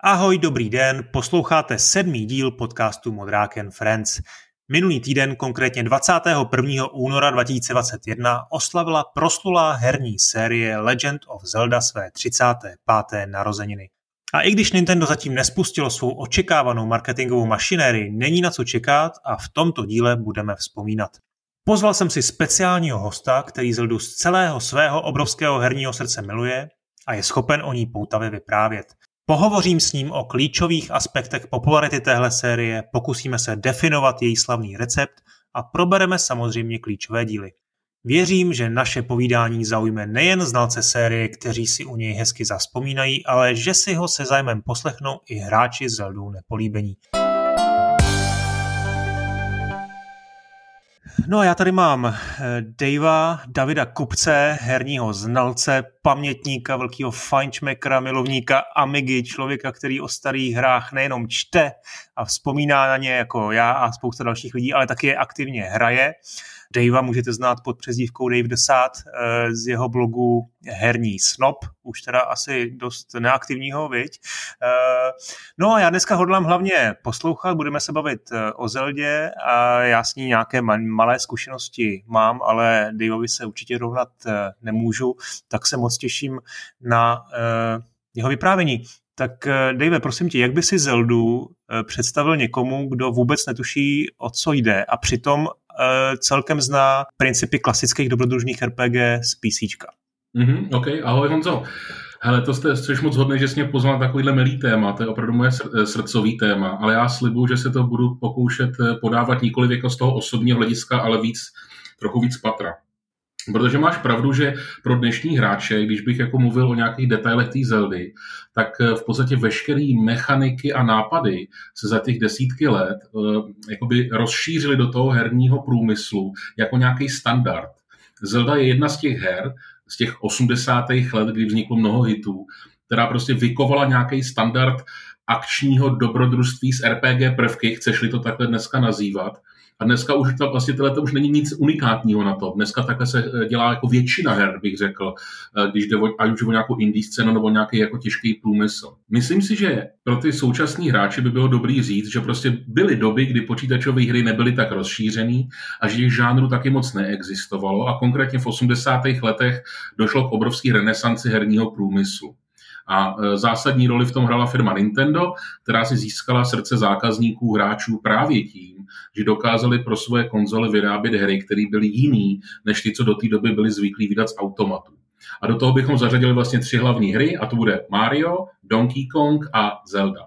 Ahoj, dobrý den, posloucháte 7. díl podcastu Modrák & Friends. Minulý týden, konkrétně 21. února 2021, oslavila proslulá herní série Legend of Zelda své 35. narozeniny. A i když Nintendo zatím nespustilo svou očekávanou marketingovou mašinérii, není na co čekat a v tomto díle budeme vzpomínat. Pozval jsem si speciálního hosta, který Zeldu z celého svého obrovského herního srdce miluje a je schopen o ní poutavě vyprávět. Pohovořím s ním o klíčových aspektech popularity téhle série, pokusíme se definovat její slavný recept a probereme samozřejmě klíčové díly. Věřím, že naše povídání zaujme nejen znalce série, kteří si u něj hezky zavzpomínají, ale že si ho se zájmem poslechnou i hráči Zeldou nepolíbení. No a já tady mám Davida Kupce, herního znalce, pamětníka, velkého fajnšmekra, milovníka Amigy, člověka, který o starých hrách nejenom čte a vzpomíná na ně jako já a spousta dalších lidí, ale taky je aktivně hraje. Davea můžete znát pod přezdívkou Dave the Sad z jeho blogu Herní snob, už teda asi dost neaktivního, viď? No a já dneska hodlám hlavně poslouchat, budeme se bavit o Zeldě a já s ní nějaké malé zkušenosti mám, ale Daveovi se určitě rovnat nemůžu, tak se moc těším na jeho vyprávění. Tak Dave, prosím tě, jak by si Zeldu představil někomu, kdo vůbec netuší, o co jde a přitom celkem zná principy klasických dobrodružných RPG z PCčka. OK, ahoj Honzo. Hele, to jsi moc hodný, že jsi mě pozval na takovýhle milý téma, to je opravdu moje srdcový téma, ale já slibuju, že se to budu pokoušet podávat nikoliv jako z toho osobního hlediska, ale trochu víc patra. Protože máš pravdu, že pro dnešní hráče, když bych jako mluvil o nějakých detailech té Zeldy, tak v podstatě veškeré mechaniky a nápady se za těch desítky let jakoby rozšířily do toho herního průmyslu jako nějaký standard. Zelda je jedna z těch her, z těch 80. let, kdy vzniklo mnoho hitů, která prostě vykovala nějaký standard akčního dobrodružství s RPG prvky, chceš-li to takhle dneska nazývat. A dneska už vlastně to už není nic unikátního na to. Dneska takhle se dělá jako většina her, bych řekl, když jde ať už o nějakou indie scénu nebo nějaký jako těžký průmysl. Myslím si, že pro ty současní hráče by bylo dobrý říct, že prostě byly doby, kdy počítačové hry nebyly tak rozšířený a že těch žánrů taky moc neexistovalo a konkrétně v 80. letech došlo k obrovské renesanci herního průmyslu. A zásadní roli v tom hrála firma Nintendo, která si získala srdce zákazníků, hráčů právě tím, že dokázali pro svoje konzole vyrábět hry, které byly jiný, než ty, co do té doby byly zvyklí vydat z automatu. A do toho bychom zařadili vlastně 3 hlavní hry, a to bude Mario, Donkey Kong a Zelda.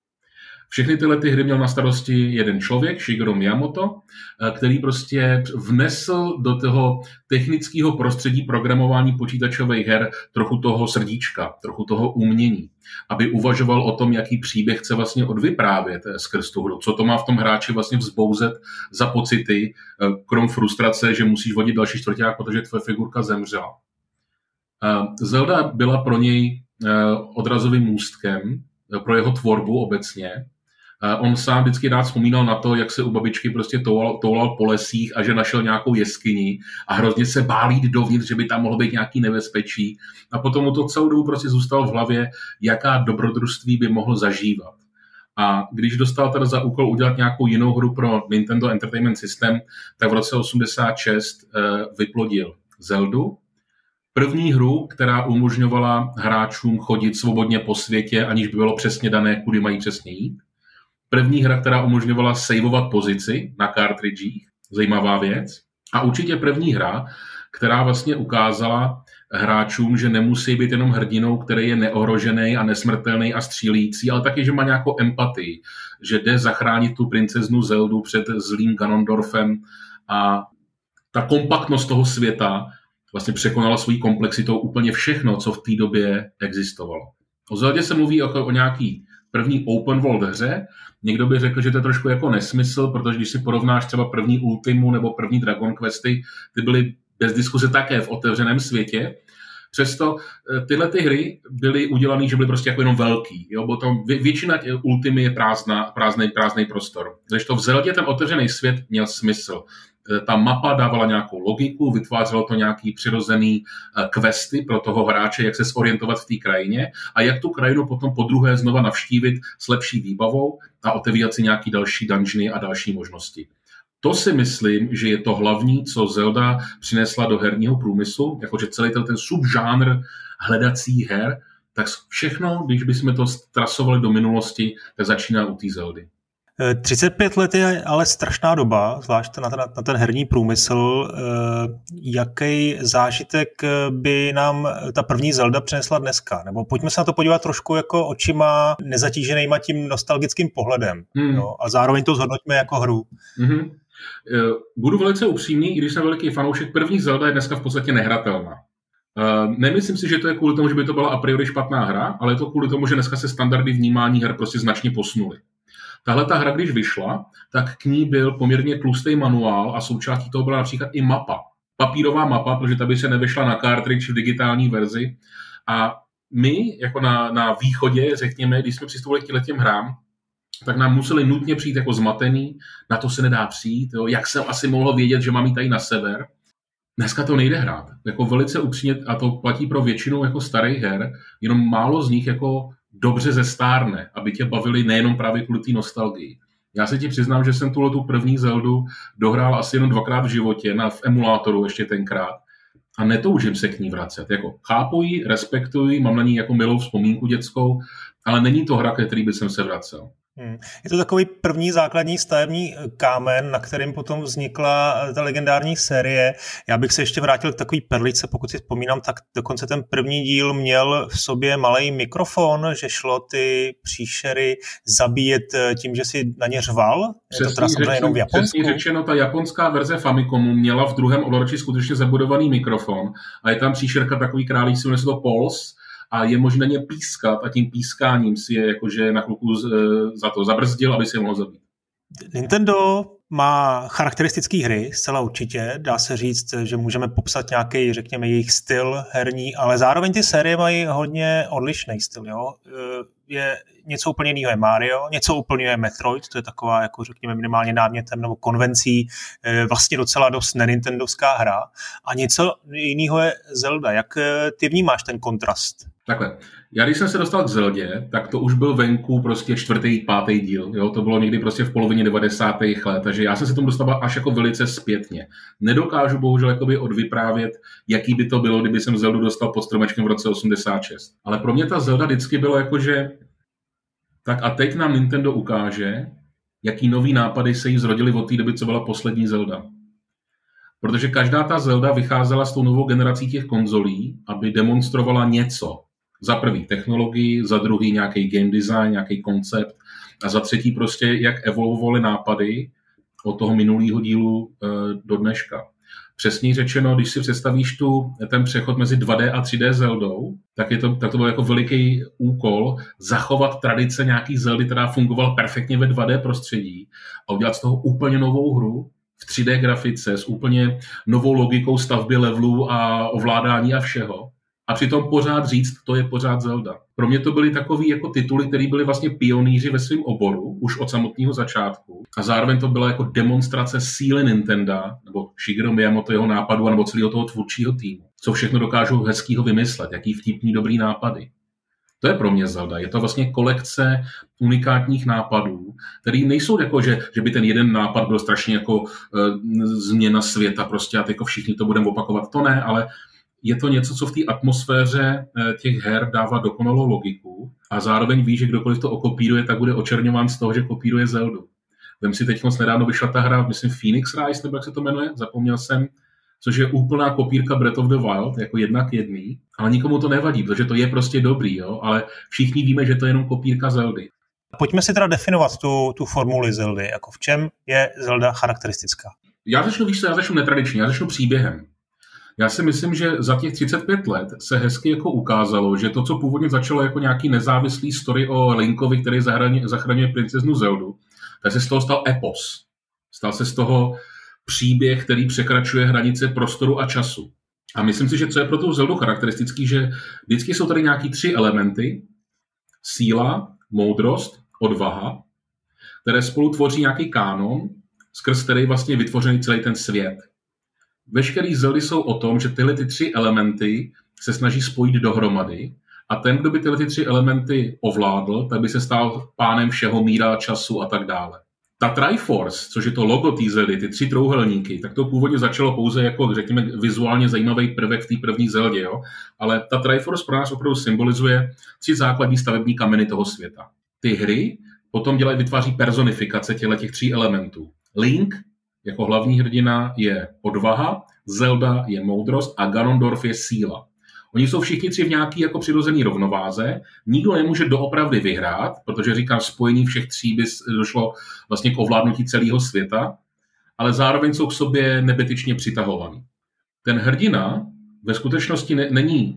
Všechny tyhle ty hry měl na starosti jeden člověk, Shigeru Miyamoto, který prostě vnesl do toho technického prostředí programování počítačových her trochu toho srdíčka, trochu toho umění, aby uvažoval o tom, jaký příběh chce vlastně odvyprávět skrz tu hru, co to má v tom hráči vlastně vzbouzet za pocity, krom frustrace, že musíš vodit další čtvrťák, protože tvoje figurka zemřela. Zelda byla pro něj odrazovým můstkem pro jeho tvorbu obecně. On sám vždycky rád vzpomínal na to, jak se u babičky prostě toulal po lesích a že našel nějakou jeskyni a hrozně se bál jít dovnitř, že by tam mohlo být nějaký nebezpečí. A potom mu to celou dobu prostě zůstalo v hlavě, jaká dobrodružství by mohl zažívat. A když dostal teda za úkol udělat nějakou jinou hru pro Nintendo Entertainment System, tak v roce 86 vyplodil Zeldu. První hru, která umožňovala hráčům chodit svobodně po světě, aniž by bylo přesně dané, kudy mají přesně jít. První hra, která umožňovala saveovat pozici na kartridžích, zajímavá věc. A určitě první hra, která vlastně ukázala hráčům, že nemusí být jenom hrdinou, který je neohrožený a nesmrtelný a střílící, ale taky, že má nějakou empatii, že jde zachránit tu princeznu Zeldu před zlým Ganondorfem a ta kompaktnost toho světa vlastně překonala svojí komplexitou úplně všechno, co v té době existovalo. O Zeldě se mluví o nějaký první open world hře. Někdo by řekl, že to je trošku jako nesmysl, protože když si porovnáš třeba první Ultimu nebo první Dragon Questy, ty byly bez diskuse také v otevřeném světě. Přesto tyhle ty hry byly udělané, že byly prostě jako jenom velký. Jo? Bo tam většina Ultimy je prázdný prostor. Když to v Zeldě ten otevřený svět měl smysl. ta mapa dávala nějakou logiku, vytvářelo to nějaký přirozený questy pro toho hráče, jak se zorientovat v té krajině a jak tu krajinu potom podruhé znova navštívit s lepší výbavou a otevírat si nějaký další dungeony a další možnosti. To si myslím, že je to hlavní, co Zelda přinesla do herního průmyslu, jakože celý ten subžánr hledacích her, tak všechno, když bychom to trasovali do minulosti, tak začíná u té Zeldy. 35 let je ale strašná doba, zvlášť na ten herní průmysl. Jaký zážitek by nám ta první Zelda přinesla dneska? Nebo pojďme se na to podívat trošku jako očima nezatíženýma tím nostalgickým pohledem. Jo? A zároveň to zhodnoťme jako hru. Budu velice upřímný, i když jsem veliký fanoušek, první Zelda je dneska v podstatě nehratelná. Nemyslím si, že to je kvůli tomu, že by to byla a priori špatná hra, ale je to kvůli tomu, že dneska se standardy vnímání her prostě značně posunuly. Tahle ta hra, když vyšla, tak k ní byl poměrně tlustý manuál a součástí toho byla například i mapa. Papírová mapa, protože ta by se nevyšla na cartridge v digitální verzi. A my, jako na východě, řekněme, když jsme přistupovali k těm hrám, tak nám museli nutně přijít jako zmatený, na to se nedá přijít, jo? Jak jsem asi mohl vědět, že mám jít tady na sever. Dneska to nejde hrát. Jako velice upřímně, a to platí pro většinu jako starých her, jenom málo z nich jako dobře zestárne, aby tě bavili nejenom právě kvůli té nostalgii. Já se ti přiznám, že jsem tu první Zeldu dohrál asi jenom 2krát v životě, v emulátoru ještě tenkrát, a netoužím se k ní vracet. Jako chápu ji, respektuji, mám na ní jako milou vzpomínku dětskou, ale není to hra, ke který by jsem se vracel. Je to takový první základní stavební kámen, na kterým potom vznikla ta legendární série. Já bych se ještě vrátil k takové perličce, pokud si vzpomínám, tak dokonce ten první díl měl v sobě malej mikrofon, že šlo ty příšery zabíjet tím, že si na ně řval. Je to teda samozřejmě jenom v Japonsku. Přesně řečeno, ta japonská verze Famicomu měla v druhém ovladači skutečně zabudovaný mikrofon a je tam příšerka takový králík, se jmenuje to Pulse, a je možné ně pískat a tím pískáním si je jakože na chvilku za to zabrzdil, aby si je mohl zabít. Nintendo má charakteristické hry, zcela určitě. Dá se říct, že můžeme popsat nějaký, řekněme, jejich styl herní, ale zároveň ty série mají hodně odlišný styl. Jo? Je něco úplně jiného je Mario, něco úplně je Metroid, to je taková, jako řekněme, minimálně námětem nebo konvencí, vlastně docela dost nenintendovská hra. A něco jiného je Zelda. Jak ty vnímáš ten kontrast? Takhle. Já když jsem se dostal k Zeldě, tak to už byl venku prostě 4., 5. díl. Jo? To bylo někdy prostě v polovině 90. let, takže já jsem se tomu dostal až jako velice zpětně. Nedokážu bohužel jakoby odvyprávět, jaký by to bylo, kdyby jsem Zeldu dostal pod stromečkem v roce 86. Ale pro mě ta Zelda vždycky bylo jako, že tak a teď nám Nintendo ukáže, jaký nový nápady se jí zrodily od té doby, co byla poslední Zelda. Protože každá ta Zelda vycházela s tou novou generací těch konzolí, aby demonstrovala něco. Za prvý technologii, za druhý nějaký game design, nějaký koncept a za třetí prostě, jak evolvovaly nápady od toho minulého dílu do dneška. Přesně řečeno, když si představíš ten přechod mezi 2D a 3D Zeldou, tak to byl jako veliký úkol zachovat tradice nějaký Zeldy, která fungovala perfektně ve 2D prostředí a udělat z toho úplně novou hru v 3D grafice s úplně novou logikou stavby levelů a ovládání a všeho. A přitom pořád říct, to je pořád Zelda. Pro mě to byly takový jako tituly, které byly vlastně pionýři ve svém oboru, už od samotného začátku. A zároveň to byla jako demonstrace síly Nintendo, nebo Shigeru Miyamoto jeho nápadu, nebo celého toho tvůrčího týmu. Co všechno dokážou hezkýho vymyslet, jaký vtipný dobrý nápady. To je pro mě Zelda. Je to vlastně kolekce unikátních nápadů, který nejsou jako, že by ten jeden nápad byl strašně jako změna světa prostě a jako všichni to budeme opakovat. To ne, ale je to něco, co v té atmosféře těch her dává dokonalou logiku a zároveň ví, že kdokoliv to okopíruje, tak bude očerňován z toho, že kopíruje Zeldu. Vem si teď nedávno vyšla ta hra, myslím Phoenix Rise, nebo jak se to jmenuje, zapomněl jsem, což je úplná kopírka Breath of the Wild, jako 1:1, ale nikomu to nevadí, protože to je prostě dobrý, jo? Ale všichni víme, že to je jenom kopírka Zeldy. Pojďme si teda definovat tu formuli Zeldy, jako v čem je Zelda charakteristická. Já začnu netradičně, já začnu příběhem. Já si myslím, že za těch 35 let se hezky jako ukázalo, že to, co původně začalo jako nějaký nezávislý story o Linkovi, který zachraňuje princeznu Zeldu, tak se z toho stal epos. Stal se z toho příběh, který překračuje hranice prostoru a času. A myslím si, že co je pro tu Zeldu charakteristický, že vždycky jsou tady nějaký 3 elementy. Síla, moudrost, odvaha, které spolu tvoří nějaký kánon skrz který vlastně vytvořený celý ten svět. Veškerý Zeldy jsou o tom, že tyhle ty 3 elementy se snaží spojit dohromady a ten, kdo by tyhle ty 3 elementy ovládl, tak by se stal pánem všeho, míra, času a tak dále. Ta Triforce, což je to logo té Zeldy, ty 3 trouhelníky, tak to původně začalo pouze jako, řekněme, vizuálně zajímavý prvek v té první Zeldě, jo? Ale ta Triforce pro nás opravdu symbolizuje 3 základní stavební kameny toho světa. Ty hry potom vytváří personifikace těch 3 elementů. Link jako hlavní hrdina je odvaha, Zelda je moudrost a Ganondorf je síla. Oni jsou všichni 3 v nějaký jako přirozený rovnováze. Nikdo nemůže doopravdy vyhrát, protože říkám, spojení všech 3 by došlo vlastně k ovládnutí celého světa, ale zároveň jsou k sobě nebetyčně přitahovaný. Ten hrdina ve skutečnosti není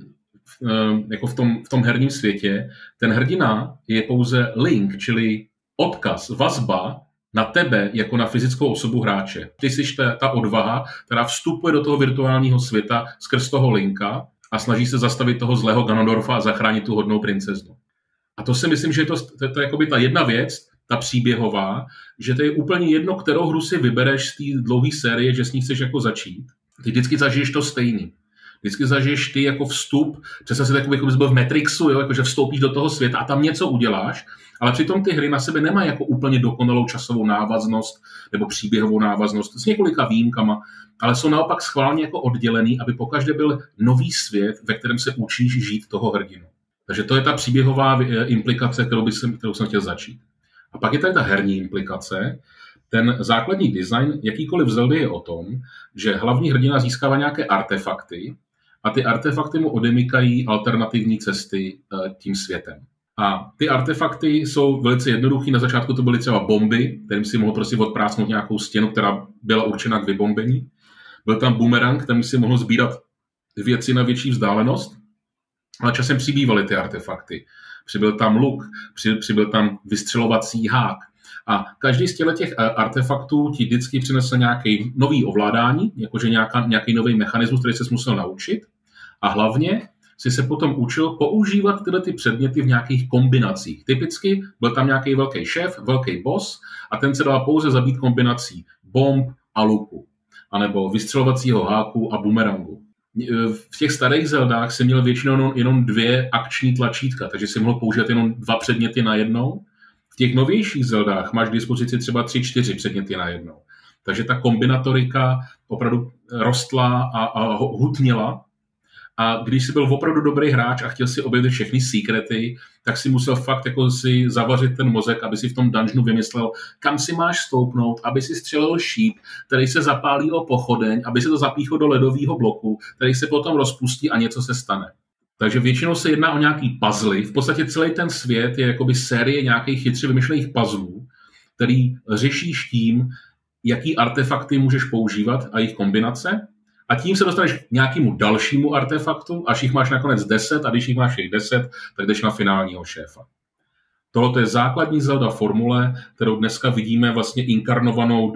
jako v tom herním světě. Ten hrdina je pouze link, čili odkaz, vazba na tebe jako na fyzickou osobu hráče. Ty jsi ta odvaha, která vstupuje do toho virtuálního světa skrz toho linka a snaží se zastavit toho zlého Ganondorfa a zachránit tu hodnou princeznu. A to si myslím, že je to jakoby ta jedna věc, ta příběhová, že to je úplně jedno, kterou hru si vybereš z té dlouhé série, že s ní chceš jako začít. Ty vždycky zažiješ to stejný. Vždycky zažiješ ty jako vstup, přesně si takový, jako bys byl v Matrixu, jo, jako že vstoupíš do toho světa a tam něco uděláš, ale přitom ty hry na sebe nemají jako úplně dokonalou časovou návaznost nebo příběhovou návaznost s několika výjimkama, ale jsou naopak schválně jako oddělený, aby pokaždé byl nový svět, ve kterém se učíš žít toho hrdinu. Takže to je ta příběhová implikace, kterou jsem chtěl začít. A pak je tady ta herní implikace. Ten základní design jakýkoliv Zeldy je o tom, že hlavní hrdina získává nějaké artefakty a ty artefakty mu odemykají alternativní cesty tím světem. A ty artefakty jsou velice jednoduchý. Na začátku to byly třeba bomby, kterým si mohl prostě odprásknout nějakou stěnu, která byla určena k vybombení. Byl tam bumerang, kterým si mohl sbírat věci na větší vzdálenost, ale časem přibývaly ty artefakty. Přibyl tam luk, přibyl tam vystřelovací hák. A každý z těch artefaktů ti vždycky přinesl nějaký nový ovládání, jakože nějaký nový mechanismus, který se musel naučit. A hlavně si se potom učil používat tyhle ty předměty v nějakých kombinacích. Typicky byl tam nějaký velký šéf, velký boss a ten se dal pouze zabít kombinací bomb a luku, anebo vystřelovacího háku a bumerangu. V těch starých Zeldách si měl většinou jenom 2 akční tlačítka, takže si mohl použít jenom 2 předměty najednou. V těch novějších Zeldách máš k dispozici třeba 3-4 předměty najednou. Takže ta kombinatorika opravdu rostla a hutnila. A když jsi byl opravdu dobrý hráč a chtěl si objevit všechny sekrety, tak si musel fakt jako si zavařit ten mozek, aby si v tom dungeonu vymyslel, kam si máš stoupnout, aby si střelil šíp, který se zapálí o pochodeň, aby se to zapíchlo do ledového bloku, který se potom rozpustí a něco se stane. Takže většinou se jedná o nějaký puzzle. V podstatě celý ten svět je jakoby série nějakých chytře vymyšlených puzzlů, který řešíš tím, jaký artefakty můžeš používat a jejich kombinace. A tím se dostaneš k nějakému dalšímu artefaktu, až jich máš nakonec 10 a když jich máš 10, tak jdeš na finálního šéfa. Tohle je základní Zelda formule, kterou dneska vidíme vlastně inkarnovanou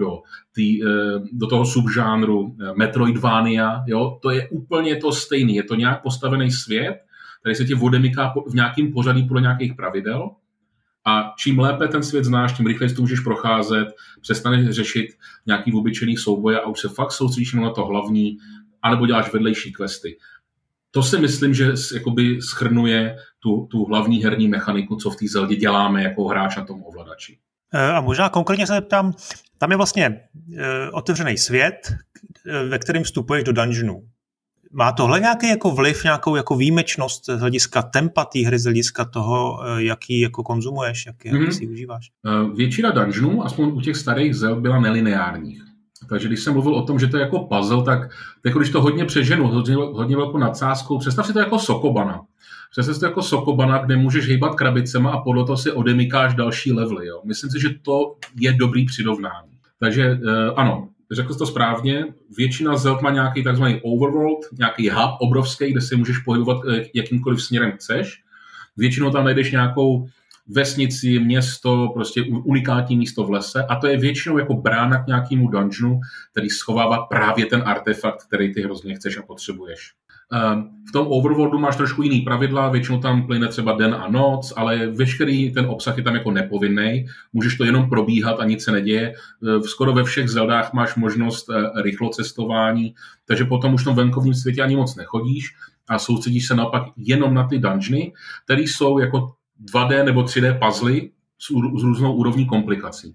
do toho subžánru Metroidvania. Jo? To je úplně to stejné. Je to nějak postavený svět, který se ti odemyká v nějakým pořadí podle nějakých pravidel. A čím lépe ten svět znáš, tím rychleji to můžeš procházet, přestaneš řešit nějaký obyčejný souboje a už se fakt soustředíš na to hlavní, anebo děláš vedlejší questy. To si myslím, že jakoby shrnuje tu hlavní herní mechaniku, co v té Zeldě děláme jako hráč na tom ovladači. A možná konkrétně se zeptám, tam je vlastně otevřený svět, ve kterém vstupuješ do dungeonu. Má tohle nějaký jako vliv, nějakou jako výjimečnost z hlediska tempa té hry, z hlediska toho, jaký jako konzumuješ, jaký si užíváš? Většina dungeonů, aspoň u těch starých Zeld, byla nelineárních. Takže když jsem mluvil o tom, že to je jako puzzle, tak jako když to hodně přeženu, hodně velkou nadsázkou, představ si to jako Sokobana. Představ si to jako Sokobana, kde můžeš hejbat krabicema a podle toho si odemykáš další levely. Jo? Myslím si, že to je dobrý přirovnání. Takže ano, řekl jsi to správně, většina Zeld má nějaký takzvaný overworld, nějaký hub obrovský, kde si můžeš pohybovat jakýmkoliv směrem chceš. Většinou tam najdeš nějakou vesnici, město, prostě unikátní místo v lese a to je většinou jako brána k nějakému dungeonu, který schovává právě ten artefakt, který ty hrozně chceš a potřebuješ. V tom Overworldu máš trošku jiný pravidla, většinou tam plyne třeba den a noc, ale veškerý ten obsah je tam jako nepovinný, můžeš to jenom probíhat a nic se neděje. Skoro ve všech Zeldách máš možnost rychlocestování, takže potom už v tom venkovním světě ani moc nechodíš a soustředíš se naopak jenom na ty dungeony, které jsou jako 2D nebo 3D puzzly s různou úrovní komplikací.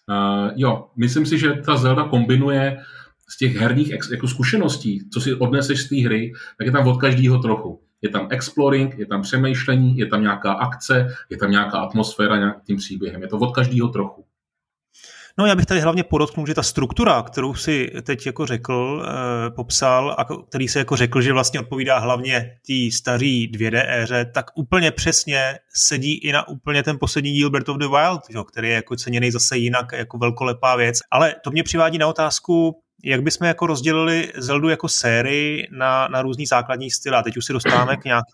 Myslím si, že ta Zelda kombinuje z těch herních jako zkušeností, co si odneseš z té hry, tak je tam od každého trochu. Je tam exploring, je tam přemýšlení, je tam nějaká akce, je tam nějaká atmosféra nějakým příběhem. Je to od každého trochu. No, já bych tady hlavně podotknul, že ta struktura, kterou si teď jako řekl, popsal a který se jako řekl, že vlastně odpovídá hlavně té starý 2D éře, tak úplně přesně sedí i na úplně ten poslední díl Breath of the Wild, který je jako ceněný zase jinak jako velkolepá věc. Ale to mě přivádí na otázku, jak bychom jako rozdělili Zeldu jako sérii na různý základní styly. A teď už se dostáváme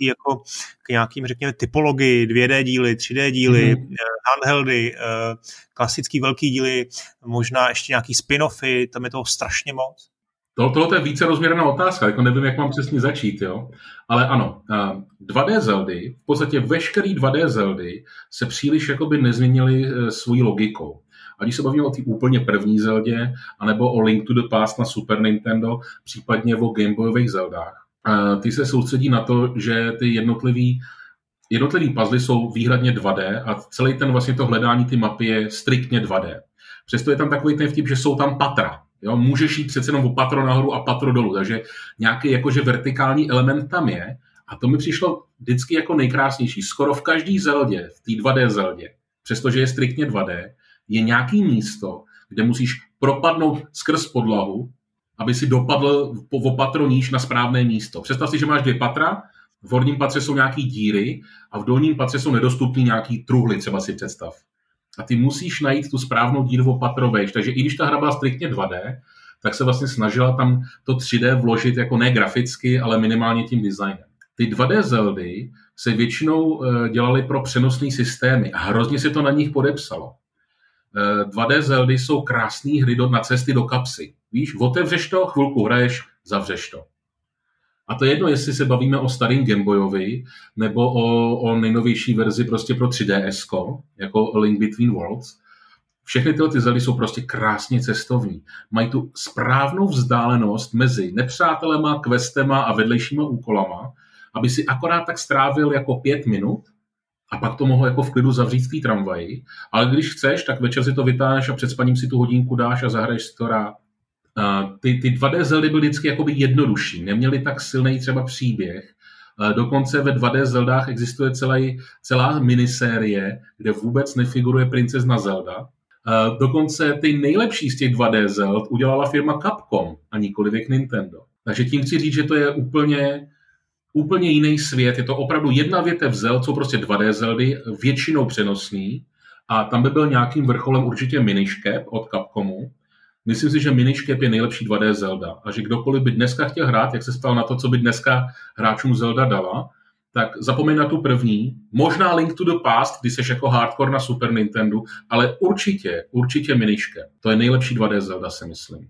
k nějakým, řekněme, typologii, 2D díly, 3D díly, handheldy, klasický velký díly, možná ještě nějaký spin-offy, tam je toho strašně moc. Tohle je více rozměrná otázka, jako nevím, jak mám přesně začít, jo. Ale ano, 2D Zeldy, v podstatě veškerý 2D Zeldy se příliš jakoby nezměnily svojí logikou. A když se bavíme o té úplně první Zeldě, anebo o Link to the Past na Super Nintendo, případně o Gameboyových Zeldách, ty se soustředí na to, že ty jednotlivý puzzle jsou výhradně 2D a celý ten vlastně to hledání ty mapy je striktně 2D. Přesto je tam takový ten vtip, že jsou tam patra. Jo? Můžeš jít přece jenom o patro nahoru a patro dolů, takže nějaký jakože vertikální element tam je a to mi přišlo vždycky jako nejkrásnější. Skoro v každý Zeldě, v té 2D Zeldě, přestože je striktně 2D, je nějaký místo, kde musíš propadnout skrz podlahu, aby si dopadl o patro níž na správné místo. Představ si, že máš 2 patra, v horním patře jsou nějaký díry a v dolním patře jsou nedostupný nějaký truhly, třeba si představ. A ty musíš najít tu správnou díru o patro vejš. Takže i když ta hra byla striktně 2D, tak se vlastně snažila tam to 3D vložit jako ne graficky, ale minimálně tím designem. Ty 2D Zeldy se většinou dělaly pro přenosné systémy a hrozně se to na nich podepsalo. 2D Zeldy jsou krásné hry na cesty do kapsy. Víš, otevřeš to, chvilku hraješ, zavřeš to. A to je jedno, jestli se bavíme o starým Gameboyovi, nebo o nejnovější verzi prostě pro 3DS, jako Link Between Worlds. Všechny tyhle Zeldy jsou prostě krásně cestovní. Mají tu správnou vzdálenost mezi nepřátelema, questema a vedlejšíma úkolama, aby si akorát tak strávil jako 5 minut, a pak to mohl jako v klidu zavřít v té tramvaji. Ale když chceš, tak večer si to vytáhneš a před spaním si tu hodinku dáš a zahraješ si to rád. Ty 2D Zeldy byly vždycky jakoby jednodušší. Neměly tak silný třeba příběh. Dokonce ve 2D Zeldách existuje celá minisérie, kde vůbec nefiguruje princezna Zelda. Dokonce ty nejlepší z těch 2D Zeld udělala firma Capcom a nikoliv Nintendo. Takže tím chci říct, že to je úplně jiný svět. Je to opravdu jedna větev Zeld, jsou prostě 2D Zeldy, většinou přenosný a tam by byl nějakým vrcholem určitě Minish Cap od Capcomu. Myslím si, že Minish Cap je nejlepší 2D Zelda a že kdokoliv by dneska chtěl hrát, jak se stal na to, co by dneska hráčům Zelda dala, tak zapomeň na tu první. Možná Link to the Past, když seš jako hardcore na Super Nintendo, ale určitě Minish Cap. To je nejlepší 2D Zelda, si myslím.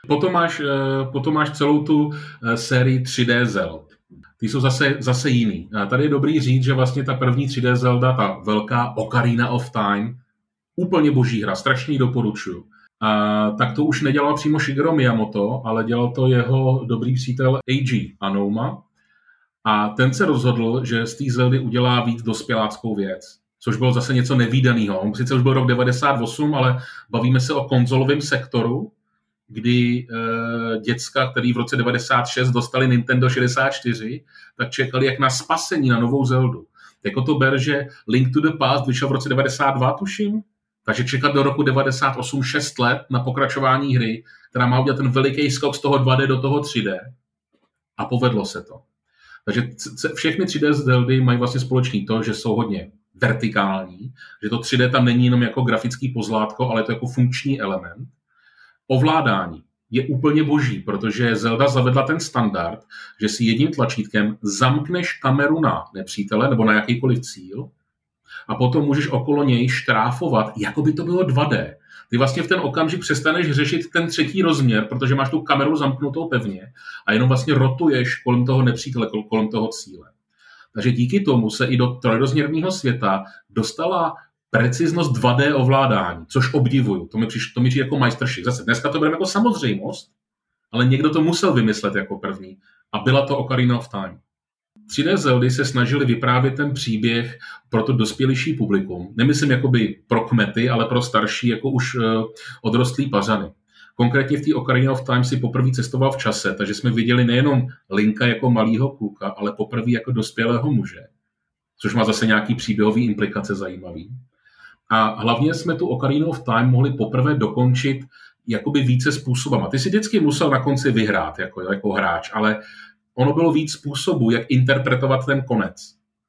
Potom máš celou tu sérii 3D Zeld. Ty jsou zase jiný. A tady je dobrý říct, že vlastně ta první 3D Zelda, ta velká Ocarina of Time, úplně boží hra, strašně ji doporučuju. Tak to už nedělal přímo Shigeru Miyamoto, ale dělal to jeho dobrý přítel Eiji Aonuma. A ten se rozhodl, že z té Zeldy udělá víc dospěláckou věc, což bylo zase něco nevídaného. On sice už byl rok 98, ale bavíme se o konzolovém sektoru, kdy děcka, který v roce 96 dostali Nintendo 64, tak čekali jak na spasení na novou Zeldu. Jako to ber, že Link to the Past vyšel v roce 92, tuším, takže čekat do roku 98 6 let na pokračování hry, která má udělat ten veliký skok z toho 2D do toho 3D. A povedlo se to. Takže všechny 3D Zeldy mají vlastně společný to, že jsou hodně vertikální, že to 3D tam není jenom jako grafický pozlátko, ale je to jako funkční element. Ovládání je úplně boží, protože Zelda zavedla ten standard, že si jedním tlačítkem zamkneš kameru na nepřítele nebo na jakýkoliv cíl a potom můžeš okolo něj štráfovat, jako by to bylo 2D. ty vlastně v ten okamžik přestaneš řešit ten třetí rozměr, protože máš tu kameru zamknutou pevně a jenom vlastně rotuješ kolem toho nepřítele, kolem toho cíle. Takže díky tomu se i do trojrozměrného světa dostala preciznost 2D ovládání, což obdivuju. To mi přijde jako majstršik. Zase dneska to bereme jako samozřejmost, ale někdo to musel vymyslet jako první. A byla to Ocarina of Time. 3D Zeldy se snažili vyprávět ten příběh pro to dospělejší publikum. Nemyslím jakoby pro kmety, ale pro starší, jako už odrostlý pařany. Konkrétně v té Ocarina of Time si poprvé cestoval v čase, takže jsme viděli nejenom Linka jako malýho kluka, ale poprvé jako dospělého muže. Což má zase nějaký příběhový implikace zajímavý. A hlavně jsme tu Ocarina of Time mohli poprvé dokončit jakoby více způsobama. Ty si vždycky musel na konci vyhrát jako hráč, ale ono bylo víc způsobů, jak interpretovat ten konec.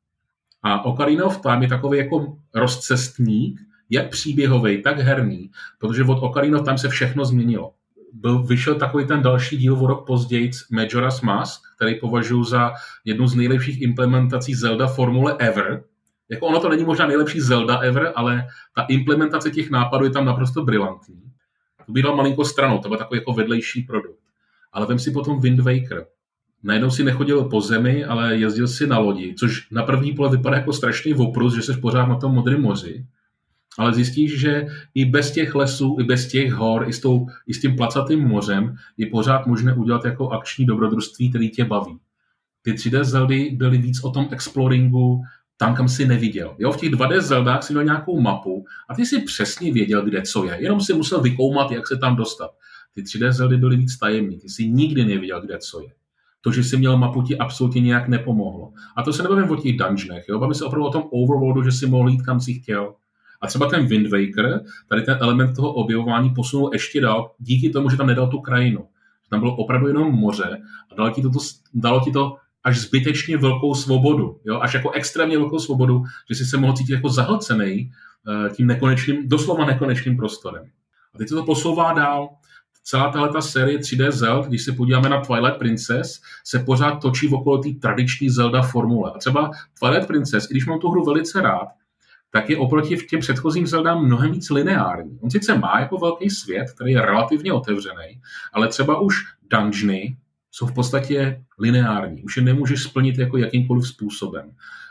A Ocarina of Time je takový jako rozcestník, jak příběhový, tak herní, protože od Ocarina of Time se všechno změnilo. Vyšel takový ten další díl o rok později, Majora's Mask, který považuji za jednu z nejlepších implementací Zelda formule ever. Jako ono to není možná nejlepší Zelda ever, ale ta implementace těch nápadů je tam naprosto brilantní. To byla malinko stranou, to byl takový jako vedlejší produkt. Ale vem si potom Wind Waker. Najednou si nechodil po zemi, ale jezdil si na lodi, což na první pohled vypadá jako strašný oprus, že jsi pořád na tom modrém moři. Ale zjistíš, že i bez těch lesů, i bez těch hor, i s tím placatým mořem je pořád možné udělat jako akční dobrodružství, který tě baví. Ty 3D Zeldy byly víc o tom exploringu, tam, kam si neviděl. Jo, v těch 2D Zeldách si měl nějakou mapu a ty si přesně věděl, kde co je. Jenom si musel vykoumat, jak se tam dostat. Ty 3D Zeldy byly víc tajemný. Ty si nikdy nevěděl, kde co je. To, že jsi měl mapu, ti absolutně nějak nepomohlo. A to se nebavím o těch dungeonech. Bavím se opravdu o tom overworldu, že si mohl jít, kam si chtěl. A třeba ten Wind Waker, tady ten element toho objevování posunul ještě dál, díky tomu, že tam nedal tu krajinu. Tam bylo opravdu jenom moře a dalo ti to až zbytečně velkou svobodu. Jo? Až jako extrémně velkou svobodu, že si se mohl cítit jako zahlcený tím nekonečným, doslova nekonečným prostorem. A teď se to posouvá dál. Celá tahleta série 3D Zelda, když se podíváme na Twilight Princess, se pořád točí okolo té tradiční Zelda formule. A třeba Twilight Princess, i když mám tu hru velice rád, tak je oproti těm předchozím Zeldám mnohem víc lineární. On sice má jako velký svět, který je relativně otevřený, ale třeba už dungeony jsou v podstatě lineární. Už je nemůžeš splnit jako jakýmkoliv způsobem.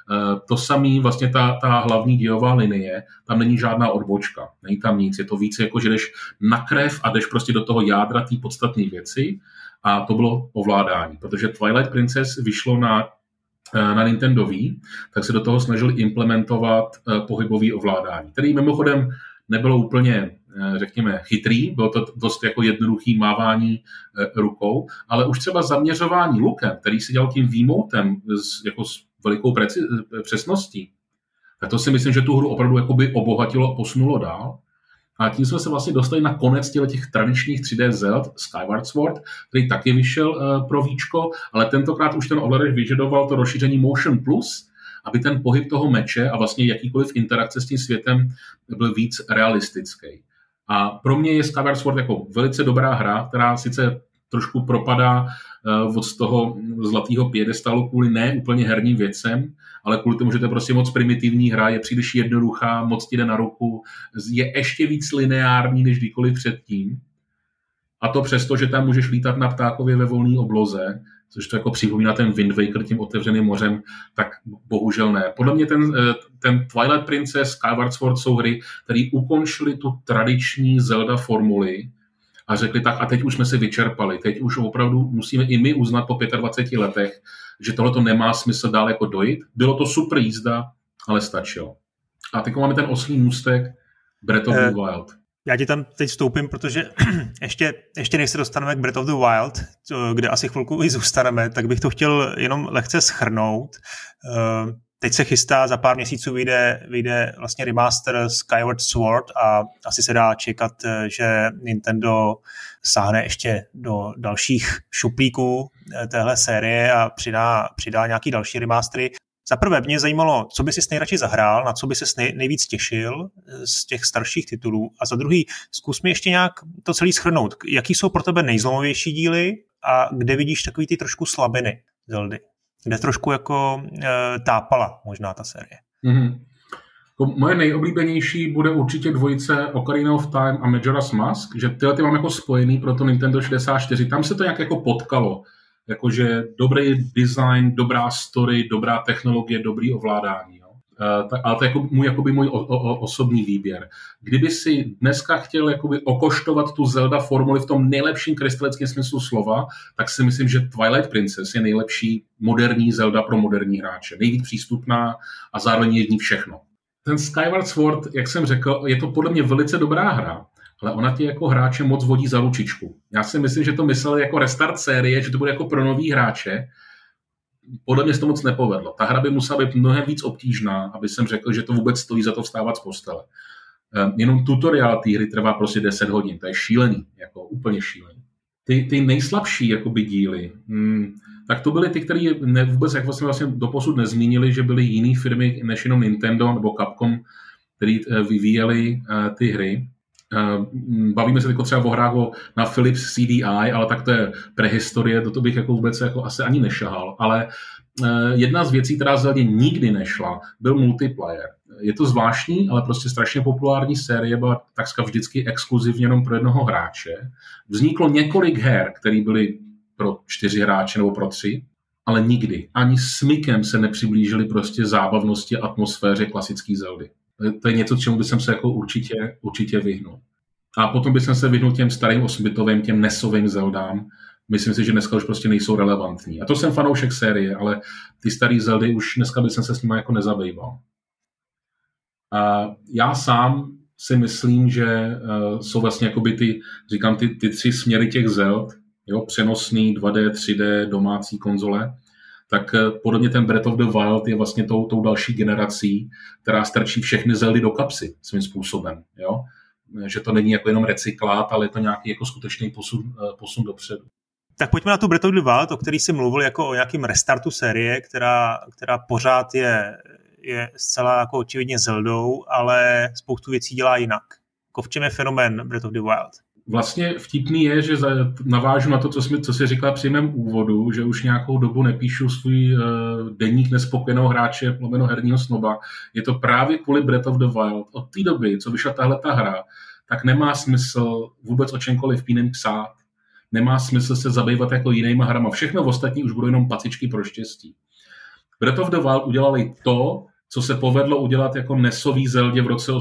To samé vlastně ta hlavní dějová linie, tam není žádná odbočka, není tam nic, je to více jako, že jdeš na krev a jdeš prostě do toho jádra té podstatné věci a to bylo ovládání, protože Twilight Princess vyšlo na Nintendo Wii, tak se do toho snažili implementovat pohybový ovládání, který mimochodem nebylo úplně, řekněme, chytrý, bylo to dost jako jednoduchý mávání rukou, ale už třeba zaměřování lukem, který si dělal tím výmoutem jako s velikou přesností, tak to si myslím, že tu hru opravdu jakoby obohatilo a posunulo dál. A tím jsme se vlastně dostali na konec těch tradičních 3D Zelda, Skyward Sword, který taky vyšel pro víčko, ale tentokrát už ten ovladač vyžadoval to rozšíření Motion Plus, aby ten pohyb toho meče a vlastně jakýkoliv interakce s tím světem byl víc realistický. A pro mě je Skyward Sword jako velice dobrá hra, která sice trošku propadá od toho zlatého piedestalu kvůli ne úplně herním věcem, ale kvůli tomu, že to je prostě moc primitivní hra, je příliš jednoduchá, moc ti jde na ruku, je ještě víc lineární než kdykoliv předtím. A to přesto, že tam můžeš lítat na ptákově ve volné obloze, což to jako připomíná ten Wind Waker tím otevřeným mořem, tak bohužel ne. Podle mě ten Twilight Princess, Skyward Sword jsou hry, které ukončily tu tradiční Zelda formuli a řekli tak, a teď už jsme se vyčerpali, teď už opravdu musíme i my uznat po 25 letech, že tohleto nemá smysl dál jako dojít. Bylo to super jízda, ale stačilo. A teď máme ten oslý můstek Breath of the Wild. Já ti tam teď vstoupím, protože ještě než se dostaneme k Breath of the Wild, kde asi chvilku i zůstaneme, tak bych to chtěl jenom lehce shrnout. Teď se chystá, za pár měsíců vyjde vlastně remaster Skyward Sword a asi se dá čekat, že Nintendo sáhne ještě do dalších šuplíků téhle série a přidá nějaký další remastery. Za prvé mě zajímalo, co by si nejradši zahrál, na co by se nejvíc těšil z těch starších titulů. A za druhý, zkus mi ještě nějak to celý shrnout. Jaký jsou pro tebe nejzlomovější díly a kde vidíš takový ty trošku slabiny Zeldy? Kde trošku jako tápala možná ta série. Mm-hmm. Moje nejoblíbenější bude určitě dvojice Ocarina of Time a Majora's Mask, že tyhle ty mám jako spojený pro to Nintendo 64. Tam se to nějak jako potkalo. Jakože dobrý design, dobrá story, dobrá technologie, dobrý ovládání. Jo. Ale to je jako můj osobní výběr. Kdyby si dneska chtěl jakoby okoštovat tu Zelda formuli v tom nejlepším krystalickém smyslu slova, tak si myslím, že Twilight Princess je nejlepší moderní Zelda pro moderní hráče. Nejvíc přístupná a zároveň jední všechno. Ten Skyward Sword, jak jsem řekl, je to podle mě velice dobrá hra, ale ona tě jako hráče moc vodí za ručičku. Já si myslím, že to mysleli jako restart série, že to bude jako pro nový hráče. Podle mě se to moc nepovedlo. Ta hra by musela být mnohem víc obtížná, aby jsem řekl, že to vůbec stojí za to vstávat z postele. Jenom tutoriál té hry trvá prostě 10 hodin. To je šílený, jako úplně šílený. Ty nejslabší jakoby díly, tak to byly ty, které vůbec, jak vlastně doposud nezmínili, že byly jiné firmy než jenom Nintendo nebo Capcom, které vyvíjely ty hry. Bavíme se třeba o hrách na Philips CDI, ale tak to je prehistorie, do toho bych jako vůbec jako asi ani nešahal. Ale jedna z věcí, která Zeldě nikdy nešla, byl multiplayer. Je to zvláštní, ale prostě strašně populární série, byla takřka vždycky exkluzivně jenom pro jednoho hráče. Vzniklo několik her, které byly pro 4 hráče nebo pro 3, ale nikdy ani smykem se nepřiblížili prostě zábavnosti a atmosféře klasické Zeldy. To je něco, čemu bych se jako určitě vyhnul. A potom bych se vyhnul těm starým 8-bitovým, těm NESovým Zeldám. Myslím si, že dneska už prostě nejsou relevantní. A to jsem fanoušek série, ale ty staré Zeldy už dneska bych se s nimi jako nezabýval. A já sám si myslím, že jsou vlastně jakoby ty 3 směry těch Zeld, jo, přenosný, 2D, 3D, domácí konzole, tak podobně ten Breath of the Wild je vlastně tou další generací, která strčí všechny Zeldy do kapsy svým způsobem. Jo? Že to není jako jenom recyklát, ale je to nějaký jako skutečný posun dopředu. Tak pojďme na tu Breath of the Wild, o který jsi mluvil jako o nějakým restartu série, která pořád je zcela jako očividně Zeldou, ale spoustu věcí dělá jinak. Jako v čem je fenomén Breath of the Wild? Vlastně vtipný je, že navážu na to, co jsi říkala při mém úvodu, že už nějakou dobu nepíšu svůj deník nespokojeného hráče, herního snoba. Je to právě kvůli Breath of the Wild. Od té doby, co vyšla tahleta hra, tak nemá smysl vůbec o čemkoliv jiném psát. Nemá smysl se zabývat jako jinýma hrama. Všechno ostatní už budou jenom pacičky pro štěstí. Breath of the Wild udělali to, co se povedlo udělat jako NESový Zeldě v roce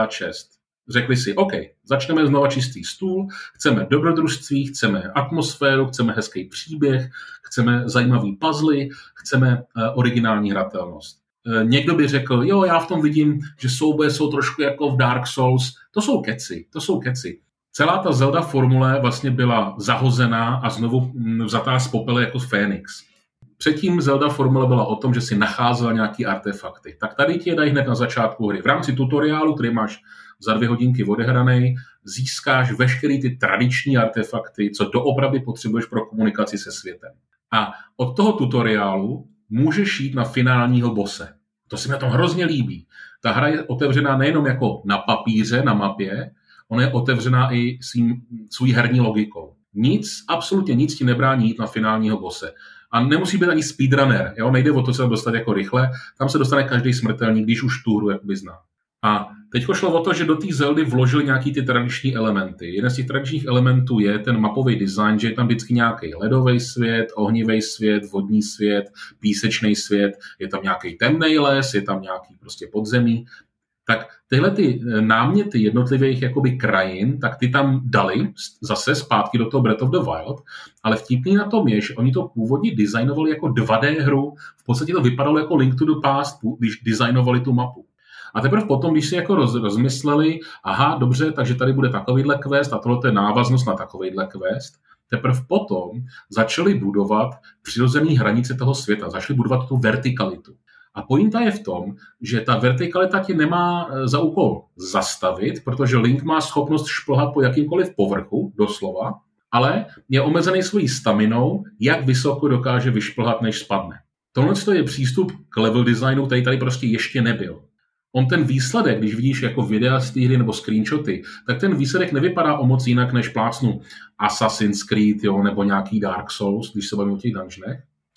86. Řekli si, OK, začneme znova čistý stůl, chceme dobrodružství, chceme atmosféru, chceme hezký příběh, chceme zajímavý puzzle, chceme originální hratelnost. Někdo by řekl, jo, já v tom vidím, že souboje jsou trošku jako v Dark Souls. To jsou keci. Celá ta Zelda formule vlastně byla zahozená a znovu vzatá z popele jako Fénix. Předtím Zelda formule byla o tom, že si nacházela nějaký artefakty. Tak tady ti je dají hned na začátku hry. V rámci tutoriálu, který máš za 2 hodinky odehranej, získáš veškerý ty tradiční artefakty, co doopravdy potřebuješ pro komunikaci se světem. A od toho tutoriálu můžeš jít na finálního bose. To se mi na tom hrozně líbí. Ta hra je otevřená nejenom jako na papíře, na mapě, ona je otevřená i svou herní logikou. Absolutně nic ti nebrání jít na finálního bose. A nemusí být ani speedrunner, jo? Nejde o to se dostat jako rychle, tam se dostane každý smrtelník, když už tu hru jakoby zná. A teď šlo o to, že do té Zeldy vložili nějaký ty tradiční elementy. Jeden z těch tradičních elementů je ten mapový design, že je tam vždycky nějaký ledový svět, ohnivý svět, vodní svět, písečný svět, je tam nějaký temný les, je tam nějaký prostě podzemí. Tak tyhle ty náměty jednotlivých jakoby krajin, tak ty tam dali zase zpátky do toho Breath of the Wild, ale vtipný na tom je, že oni to původně designovali jako 2D hru, v podstatě to vypadalo jako Link to the Past, když designovali tu mapu. A teprve potom, když si jako rozmysleli, aha, dobře, takže tady bude takovýhle quest a tohle je návaznost na takovýhle quest, teprve potom začali budovat přirozené hranice toho světa, začali budovat tu vertikalitu. A pointa je v tom, že ta vertikalita ti nemá za úkol zastavit, protože Link má schopnost šplhat po jakýmkoliv povrchu, doslova, ale je omezený svojí staminou, jak vysoko dokáže vyšplhat, než spadne. Tohle je přístup k level designu, který tady prostě ještě nebyl. On ten výsledek, když vidíš jako videa z té hry nebo screenshoty, tak ten výsledek nevypadá o moc jinak, než plácnu Assassin's Creed, jo, nebo nějaký Dark Souls, když se bavím o těch dungeonech.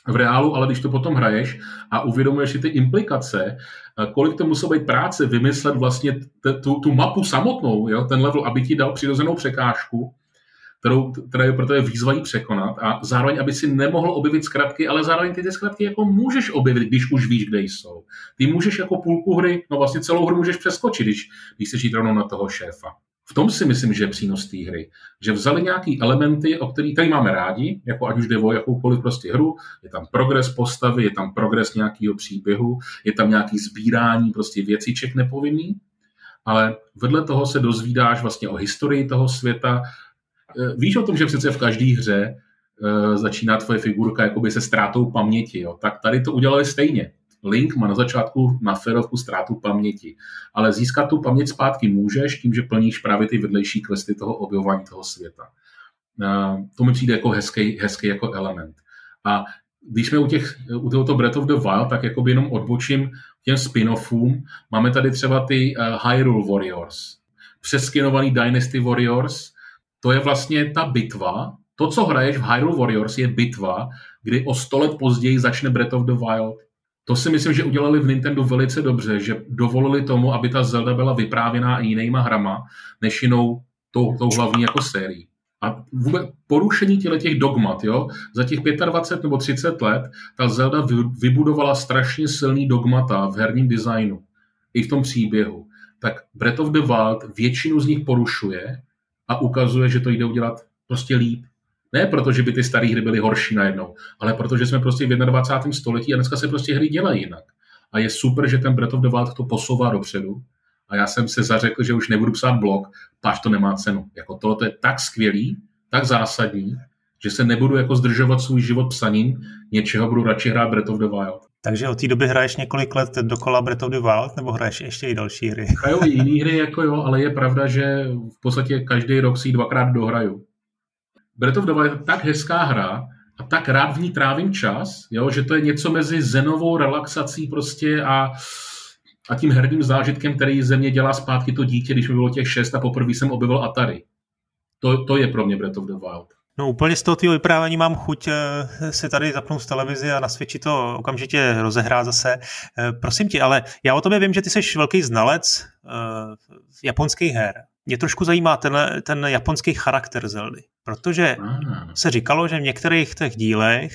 v reálu, ale když to potom hraješ a uvědomuješ si ty implikace, kolik to muselo být práce vymyslet vlastně tu mapu samotnou, jo, ten level, aby ti dal přirozenou překážku, která je proto je výzva jí překonat a zároveň, aby si nemohl objevit zkratky, ale zároveň ty zkratky jako můžeš objevit, když už víš, kde jsou. Ty můžeš jako půlku hry, no vlastně celou hru můžeš přeskočit, když chceš jít rovnou na toho šéfa. V tom si myslím, že je přínos té hry. Že vzali nějaký elementy, o který tady máme rádi, jako ať už jde o jakoukoliv prostě hru, je tam progres postavy, je tam progres nějakého příběhu, je tam nějaký sbírání prostě věciček nepovinný, ale vedle toho se dozvídáš vlastně o historii toho světa. Víš o tom, že přece v každé hře začíná tvoje figurka jakoby se ztrátou paměti, jo? Tak tady to udělali stejně. Link má na začátku na férovku ztrátu paměti, ale získat tu paměť zpátky můžeš tím, že plníš právě ty vedlejší questy toho objevování toho světa. To mi přijde jako hezký jako element. A když jsme u tohoto Breath of the Wild, tak jakoby jenom odbočím těm spin-offům. Máme tady třeba ty Hyrule Warriors, přeskinovaný Dynasty Warriors. To je vlastně ta bitva. To, co hraješ v Hyrule Warriors, je bitva, kdy o 100 let později začne Breath of the Wild. To si myslím, že udělali v Nintendo velice dobře, že dovolili tomu, aby ta Zelda byla vyprávěná i jinýma hrama, než jinou tou hlavní jako sérií. A vůbec porušení těch dogmat, jo? Za těch 25 nebo 30 let ta Zelda vybudovala strašně silný dogmata v herním designu i v tom příběhu. Tak Breath of the Wild většinu z nich porušuje a ukazuje, že to jde udělat prostě líp. Ne proto, že by ty staré hry byly horší najednou, ale protože jsme prostě v 21. století a dneska se prostě hry dělají jinak. A je super, že ten Breath of the Wild to posouvá dopředu. A já jsem se zařekl, že už nebudu psát blog, páč to nemá cenu. Jako tohle je tak skvělý, tak zásadní, že se nebudu jako zdržovat svůj život psaním něčeho, budu radši hrát Breath of the Wild. Takže od té doby hraješ několik let dokola Breath of the Wild, nebo hraješ ještě i další hry? Hraju i jiný hry, jako jo, ale je pravda, že v podstatě každý rok si ji 2krát dohraju. Breath of the Wild je tak hezká hra a tak rád v ní trávím čas, jo, že to je něco mezi zenovou relaxací prostě a tím herním zážitkem, který ze mě dělá zpátky to dítě, když mi bylo těch 6 a poprvé jsem objevil Atari. To je pro mě Breath of the Wild. No úplně z toho tvýho vyprávění mám chuť si tady zapnout z televizi a nasvědčit to okamžitě rozehrát zase. Prosím tě, ale já o tobě vím, že ty jsi velký znalec japonských her. Mě trošku zajímá ten japonský charakter Zeldy, protože se říkalo, že v některých těch dílech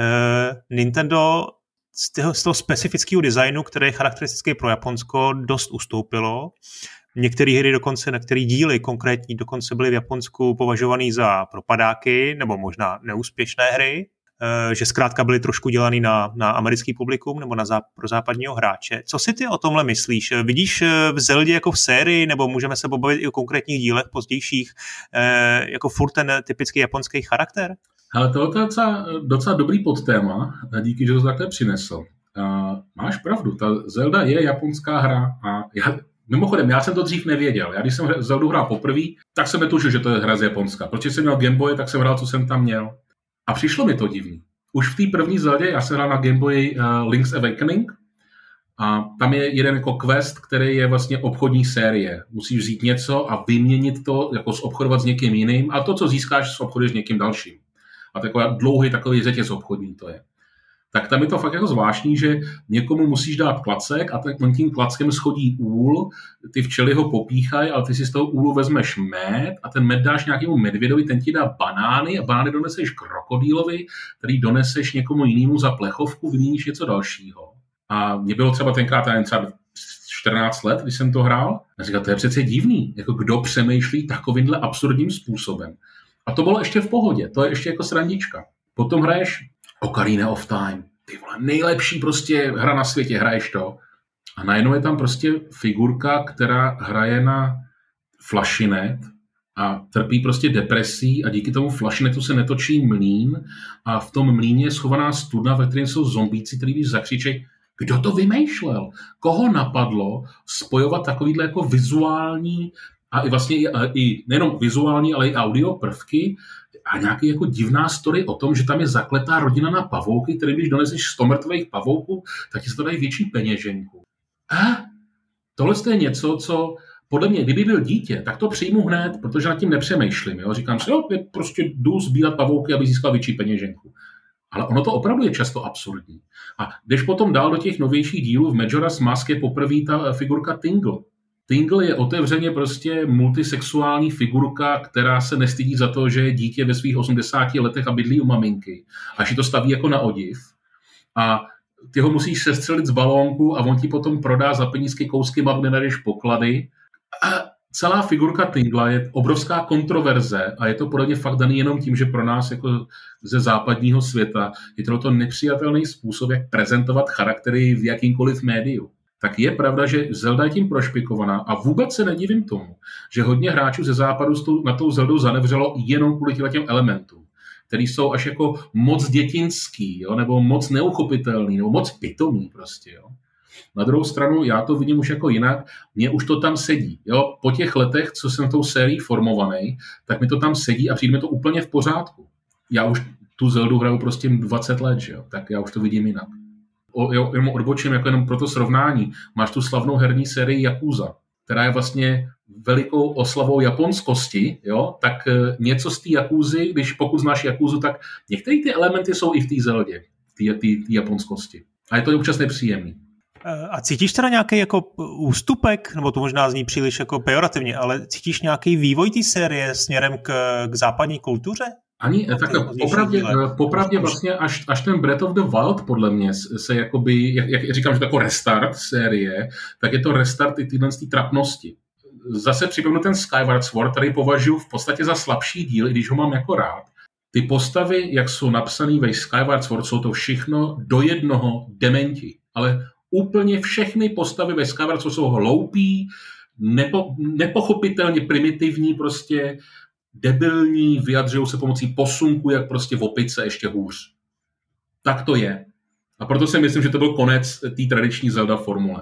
Nintendo z toho specifického designu, který je charakteristický pro Japonsko, dost ustoupilo. Některé hry dokonce, některé díly konkrétní dokonce byly v Japonsku považovaný za propadáky nebo možná neúspěšné hry, že zkrátka byly trošku dělaný na americký publikum nebo pro západního hráče. Co si ty o tomhle myslíš? Vidíš v Zeldě jako v sérii, nebo můžeme se pobavit i o konkrétních dílech pozdějších, jako furt ten typický japonský charakter? Ale to je docela dobrý podtéma, díky, že to takhle přinesl. Máš pravdu, ta Zelda je japonská hra a mimochodem, já jsem to dřív nevěděl. Já když jsem Zeldu hrál poprvé, tak jsem netušil, že to je hra z Japonska. Protože jsem měl Game Boy, tak jsem hrál, co jsem tam měl. A přišlo mi to divný. Už v té první Zeldě, já jsem hrál na Game Boy Link's Awakening a tam je jeden jako quest, který je vlastně obchodní série. Musíš vzít něco a vyměnit to, jako obchodovat s někým jiným a to, co získáš, obchoduješ s někým dalším. A takový takový řetěz obchodní to je. Tak tam je to fakt jako zvláštní, že někomu musíš dát klacek a tak tím klackem schodí úl, ty včely ho popíchají, ale ty si z toho úlu vezmeš med a ten med dáš nějakému medvědovi, ten ti dá banány a banány doneseš krokodýlovi, který doneseš někomu jinému za plechovku, vyměníš něco dalšího. A mě bylo třeba tenkrát, třeba 14 let, když jsem to hrál, a říkal, to je přece divný, jako kdo přemýšlí takovýmhle absurdním způsobem. A to bylo ještě v pohodě, to je ještě jako srandička. Potom hraješ Ocarina of Time. Ty vole, nejlepší prostě hra na světě, hraješ to. A najednou je tam prostě figurka, která hraje na flašinet a trpí prostě depresí a díky tomu flašinetu se netočí mlýn a v tom mlýně je schovaná studna, ve kterém jsou zombíci, který když zakřičejí, kdo to vymýšlel? Koho napadlo spojovat takovýhle jako vizuální a i vlastně i nejenom vizuální, ale i audio prvky a nějaký jako divná story o tom, že tam je zakletá rodina na pavouky, který když doneseš 100 mrtvých pavouků, tak ti se to dají větší peněženku. A tohle je něco, co podle mě, kdyby byl dítě, tak to přijmu hned, protože nad tím nepřemýšlím. Jo? Říkám si, prostě jdu sbírat pavouky, aby získal větší peněženku. Ale ono to opravdu je často absurdní. A když potom dál do těch novějších dílů v Majora's Mask je poprvé ta figurka Tingle. Tingle je otevřeně prostě multisexuální figurka, která se nestydí za to, že je dítě ve svých 80 letech a bydlí u maminky. Až ji to staví jako na odiv. A ty ho musíš sestřelit z balónku a on ti potom prodá za penízky kousky magnenaryš poklady. A celá figurka Tingla je obrovská kontroverze a je to podle mě fakt daný jenom tím, že pro nás jako ze západního světa je to nepřijatelný způsob, jak prezentovat charaktery v jakýmkoliv médiu. Tak je pravda, že Zelda je tím prošpikovaná a vůbec se nedivím tomu, že hodně hráčů ze západu na tou Zeldou zanevřelo jenom kvůli těm elementům, který jsou až jako moc dětinský, jo, nebo moc neuchopitelný, nebo moc pitomý prostě. Jo. Na druhou stranu, já to vidím už jako jinak, mně už to tam sedí. Jo. Po těch letech, co jsem tou sérií formovaný, tak mi to tam sedí a přijde mi to úplně v pořádku. Já už tu Zeldu hraju prostě 20 let, že jo, tak já už to vidím jinak. Jenom odbočím jako jenom pro to srovnání. Máš tu slavnou herní sérii Yakuza, která je vlastně velikou oslavou japonskosti, jo? Tak něco z té Yakuzy, pokud znáš Yakuzu, tak některé ty elementy jsou i v té Zeldě, té japonskosti. A je to občas nepříjemný. A cítíš teda nějaký jako ústupek, nebo to možná zní příliš jako pejorativně, ale cítíš nějaký vývoj té série směrem k západní kultuře? Ani, tak popravdě vlastně až ten Breath of the Wild podle mě se jakoby, jak říkám, že to jako restart série, tak je to restart i tyhle trapnosti. Zase připomenu ten Skyward Sword, který považuji v podstatě za slabší díl, i když ho mám jako rád. Ty postavy, jak jsou napsaný ve Skyward Sword, jsou to všechno do jednoho dementi. Ale úplně všechny postavy ve Skyward Sword jsou hloupí, nepochopitelně primitivní, prostě debilní, vyjadřují se pomocí posunku, jak prostě v opice ještě hůř. Tak to je. A proto si myslím, že to byl konec té tradiční Zelda formule.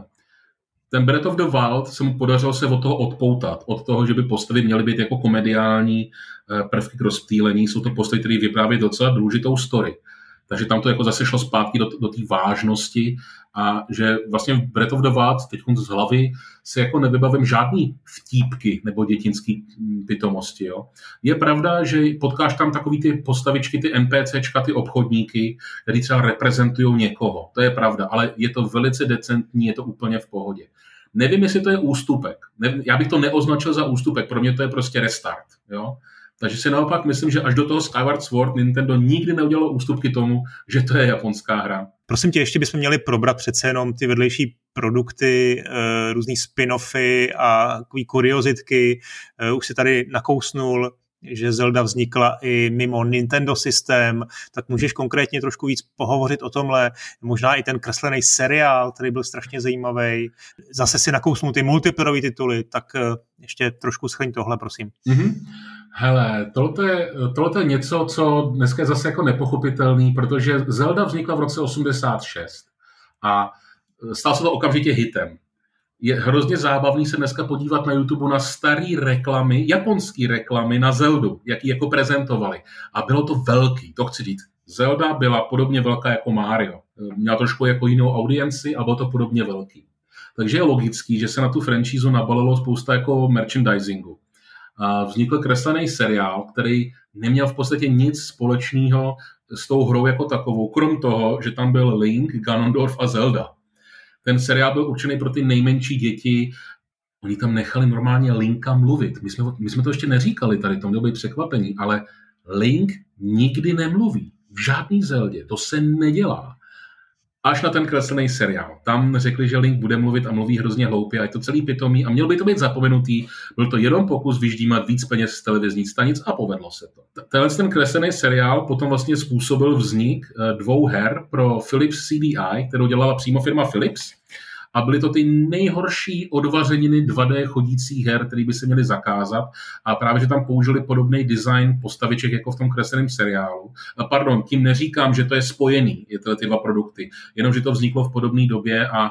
Ten Breath of the Wild se mu podařilo se od toho odpoutat. Od toho, že by postavy měly být jako komediální prvky k rozptýlení. Jsou to postavy, které vyprávějí docela důležitou story. Takže tam to jako zase šlo zpátky do té vážnosti a že vlastně v Breath of the Wild teď z hlavy se jako nevybavím žádný vtípky nebo dětinský pitomosti. Jo. Je pravda, že potkáš tam takový ty postavičky, ty NPCčka, ty obchodníky, který třeba reprezentují někoho. To je pravda, ale je to velice decentní, je to úplně v pohodě. Nevím, jestli to je ústupek. Já bych to neoznačil za ústupek, pro mě to je prostě restart. Jo. Takže si naopak myslím, že až do toho Skyward Sword Nintendo nikdy neudělalo ústupky tomu, že to je japonská hra. Prosím tě, ještě bychom měli probrat přece jenom ty vedlejší produkty, různý spin-offy a takový kuriozitky. Už si tady nakousnul, že Zelda vznikla i mimo Nintendo systém, tak můžeš konkrétně trošku víc pohovořit o tomhle, možná i ten kreslený seriál, který byl strašně zajímavý. Zase si nakousnul ty multiplayerové tituly, tak ještě trošku shrň tohle, prosím. Mm-hmm. Hele, tohle je něco, co dneska je zase jako nepochopitelný, protože Zelda vznikla v roce 86 a stal se to okamžitě hitem. Je hrozně zábavný se dneska podívat na YouTube na starý reklamy, japonský reklamy na Zeldu, jak ji jako prezentovali. A bylo to velký, to chci říct. Zelda byla podobně velká jako Mario. Měla trošku jako jinou audienci, ale bylo to podobně velký. Takže je logický, že se na tu franšízu nabalilo spousta jako merchandisingu. Vznikl kreslený seriál, který neměl v podstatě nic společného s tou hrou jako takovou, krom toho, že tam byl Link, Ganondorf a Zelda. Ten seriál byl určený pro ty nejmenší děti. Oni tam nechali normálně Linka mluvit. My jsme to ještě neříkali tady, to mělo být překvapení, ale Link nikdy nemluví. V žádný Zeldě. To se nedělá. Až na ten kreslený seriál. Tam řekli, že Link bude mluvit a mluví hrozně hloupě a je to celý pitomý a měl by to být zapomenutý. Byl to jenom pokus vyždímat víc peněz z televizních stanic a povedlo se to. Ten kreslený seriál potom vlastně způsobil vznik 2 her pro Philips CDI, kterou dělala přímo firma Philips. A byly to ty nejhorší odvařeniny 2D chodících her, které by se měly zakázat. A právě, že tam použili podobný design postaviček jako v tom kresleném seriálu. Pardon, tím neříkám, že to je spojený, je ty dva produkty. Jenom, že to vzniklo v podobné době a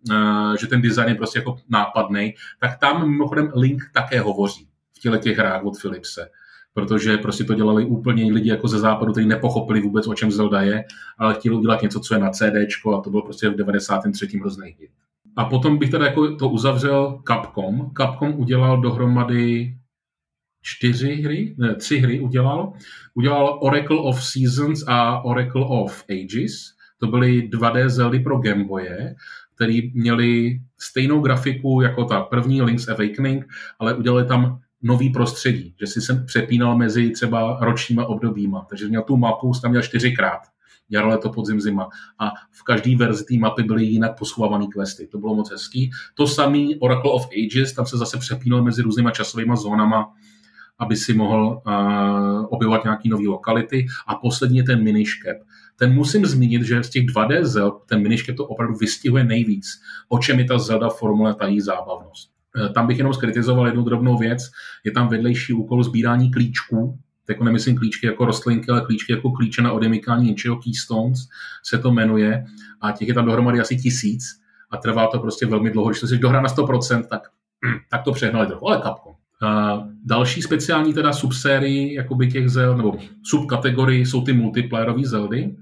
že ten design je prostě jako nápadnej. Tak tam mimochodem Link také hovoří v těch hrách od Philipse. Protože prostě to dělali úplně lidi jako ze západu, kteří nepochopili vůbec, o čem Zelda je, ale chtěli udělat něco, co je na CDčko a to bylo prostě v 93. hrozný hit. A potom bych teda jako to uzavřel Capcom. Capcom udělal dohromady 3 hry udělal. Udělal Oracle of Seasons a Oracle of Ages. To byly 2D Zeldy pro Game Boye, které měly stejnou grafiku jako ta první Link's Awakening, ale udělali tam nový prostředí, že si se přepínal mezi třeba ročníma obdobíma. Takže měl tu mapu, tam měl 4krát. Jaro, leto, podzim, zima. A v každé verzi té mapy byly jinak poschovávané questy. To bylo moc hezký. To samý Oracle of Ages, tam se zase přepínal mezi různýma časovými zónama, aby si mohl objevovat nějaký nový lokality. A poslední je ten miniškep. Ten musím zmínit, že z těch 2D Zeld ten miniškep to opravdu vystihuje nejvíc, o čem je ta Zelda formule, ta její zábavnost. Tam bych jenom skritizoval jednu drobnou věc. Je tam vedlejší úkol sbírání klíčků. Jako nemyslím klíčky jako rostlinky, ale klíčky jako klíče na odemykání něčeho, Keystones se to jmenuje. A těch je tam dohromady asi 1000 a trvá to prostě velmi dlouho. Když to si dohrá na 100%, tak to přehnali trochu, ale Capcom. Další speciální teda subsérii jakoby těch Zeld, nebo subkategorii jsou ty multiplayerové Zeldy.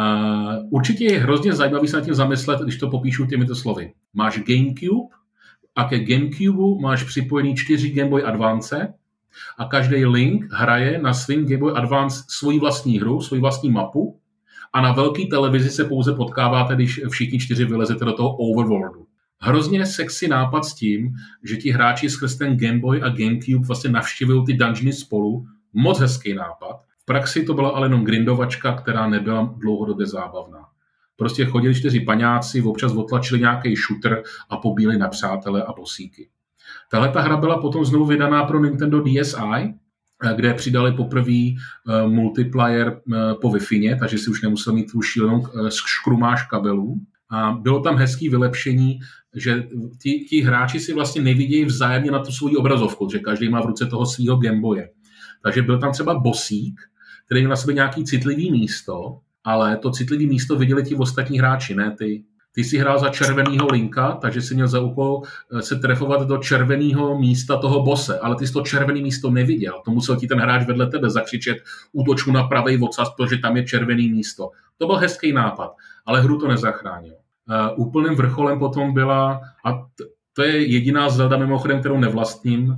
Určitě je hrozně zajímavý se nad tím zamyslet, když to popíšu těmito slovy. Máš GameCube a ke GameCube máš připojený 4 Game Boy Advance a každý Link hraje na svým Game Boy Advance svoji vlastní hru, svoji vlastní mapu a na velké televizi se pouze potkáváte, když všichni 4 vylezete do toho overworldu. Hrozně sexy nápad s tím, že ti hráči skrz ten Game Boy a GameCube vlastně navštěvují ty dungeony spolu. Moc hezký nápad. V praxi to byla ale jenom grindovačka, která nebyla dlouhodobě zábavná. Prostě chodili 4 paňáci, občas otlačili nějaký shooter a pobíli na přátele a bosíky. Tahle ta hra byla potom znovu vydaná pro Nintendo DSi, kde přidali poprvé multiplayer po Wi-Fi, takže si už nemusel mít tu šílenou škrumáž kabelů. A bylo tam hezký vylepšení, že ti hráči si vlastně nevidějí vzájemně na tu svou obrazovku, že každý má v ruce toho svého Gameboye. Takže byl tam třeba bosík, který měl na sebe nějaký citlivý místo, ale to citlivý místo viděli ti ostatní hráči, ne ty. Ty si hrál za červenýho Linka, takže si měl za úkol se trefovat do červeného místa toho bose, ale ty jsi to červené místo neviděl. To musel ti ten hráč vedle tebe zakřičet útočku na pravej ocas, protože tam je červený místo. To byl hezký nápad, ale hru to nezachránil. Úplným vrcholem potom byla, a to je jediná Zelda mimochodem, kterou nevlastním,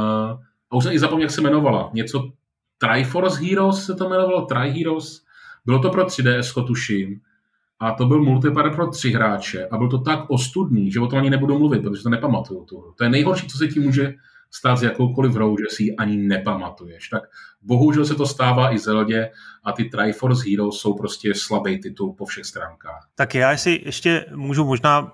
a už jsem i zapomněl, jak se jmenovala. Něco Triforce Heroes se to jmenovalo, Tri Heroes. Bylo to pro 3DS, tuším. A to byl multiplayer pro 3 hráče. A byl to tak ostudný, že o tom ani nebudu mluvit, protože to nepamatuju. To je nejhorší, co se ti může stát s jakoukoliv hrou, že si ji ani nepamatuješ. Tak bohužel se to stává i Zeldě a ty Triforce Heroes jsou prostě slabý titul po všech stránkách. Tak já si ještě můžu možná...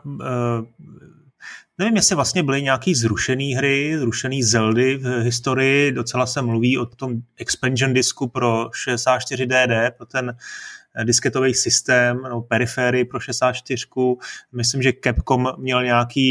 Nevím, jestli vlastně byly nějaký zrušený hry, zrušený Zeldy v historii. Docela se mluví o tom expansion disku pro 64DD, pro ten disketový systém, no, periférii pro 64. Myslím, že Capcom měl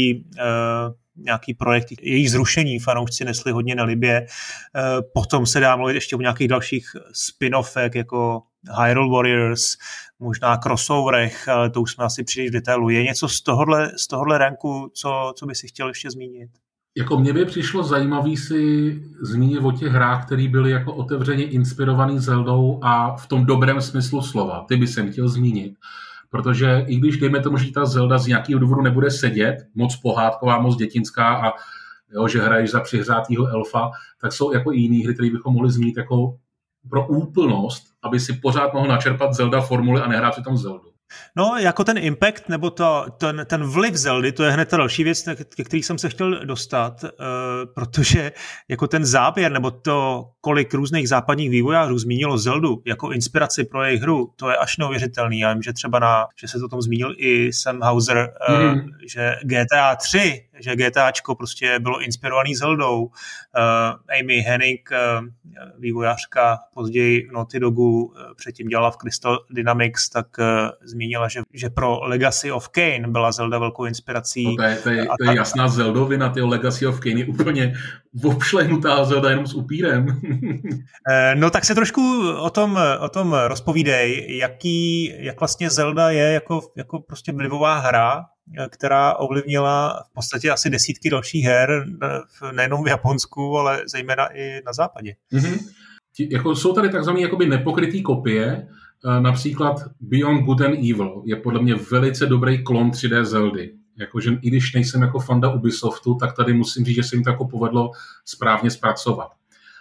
nějaký projekt, jejich zrušení fanoušci nesli hodně nelibě. Potom se dá mluvit ještě o nějakých dalších spin-offech, jako Hyrule Warriors, možná crossoverech, ale to už jsme asi příliš v detailu. Je něco z tohohle ranku, co by si chtěl ještě zmínit? Jako mně by přišlo zajímavý si zmínit o těch hrách, které byly jako otevřeně inspirovaný Zeldou a v tom dobrém smyslu slova. Ty by jsem chtěl zmínit. Protože i když dejme tomu, že ta Zelda z nějakého důvodu nebude sedět, moc pohádková, moc dětinská a jo, že hraješ za přihřátýho elfa, tak jsou jako i jiný hry, které bychom mohli zmínit jako pro úplnost, aby si pořád mohl načerpat Zelda formuly a nehrát si tam Zeldu. No, jako ten impact, nebo ten vliv Zeldy, to je hned ta další věc, ke který jsem se chtěl dostat, protože jako ten záběr, nebo to, kolik různých západních vývojářů zmínilo Zeldu jako inspiraci pro jejich hru, to je až neuvěřitelný. Já vím, že třeba že se to tom zmínil i Sam Hauser, že GTA 3, že GTAčko prostě bylo inspirovaný Zeldou. Amy Hennig, vývojářka později v Naughty Dogu, předtím dělala v Crystal Dynamics, tak zmínila, že pro Legacy of Kain byla Zelda velkou inspirací. No to je jasná Zeldovina, ty Legacy of Kain je úplně obšlehnutá Zelda jenom s upírem. No tak se trošku o tom rozpovídej, jak vlastně Zelda je jako prostě vlivová hra, která ovlivnila v podstatě asi desítky dalších her, nejenom v Japonsku, ale zejména i na západě. Jako jsou tady takzvané jakoby nepokrytý kopie, například Beyond Good and Evil je podle mě velice dobrý klon 3D Zeldy. Jakože i když nejsem jako fanda Ubisoftu, tak tady musím říct, že se jim to jako povedlo správně zpracovat.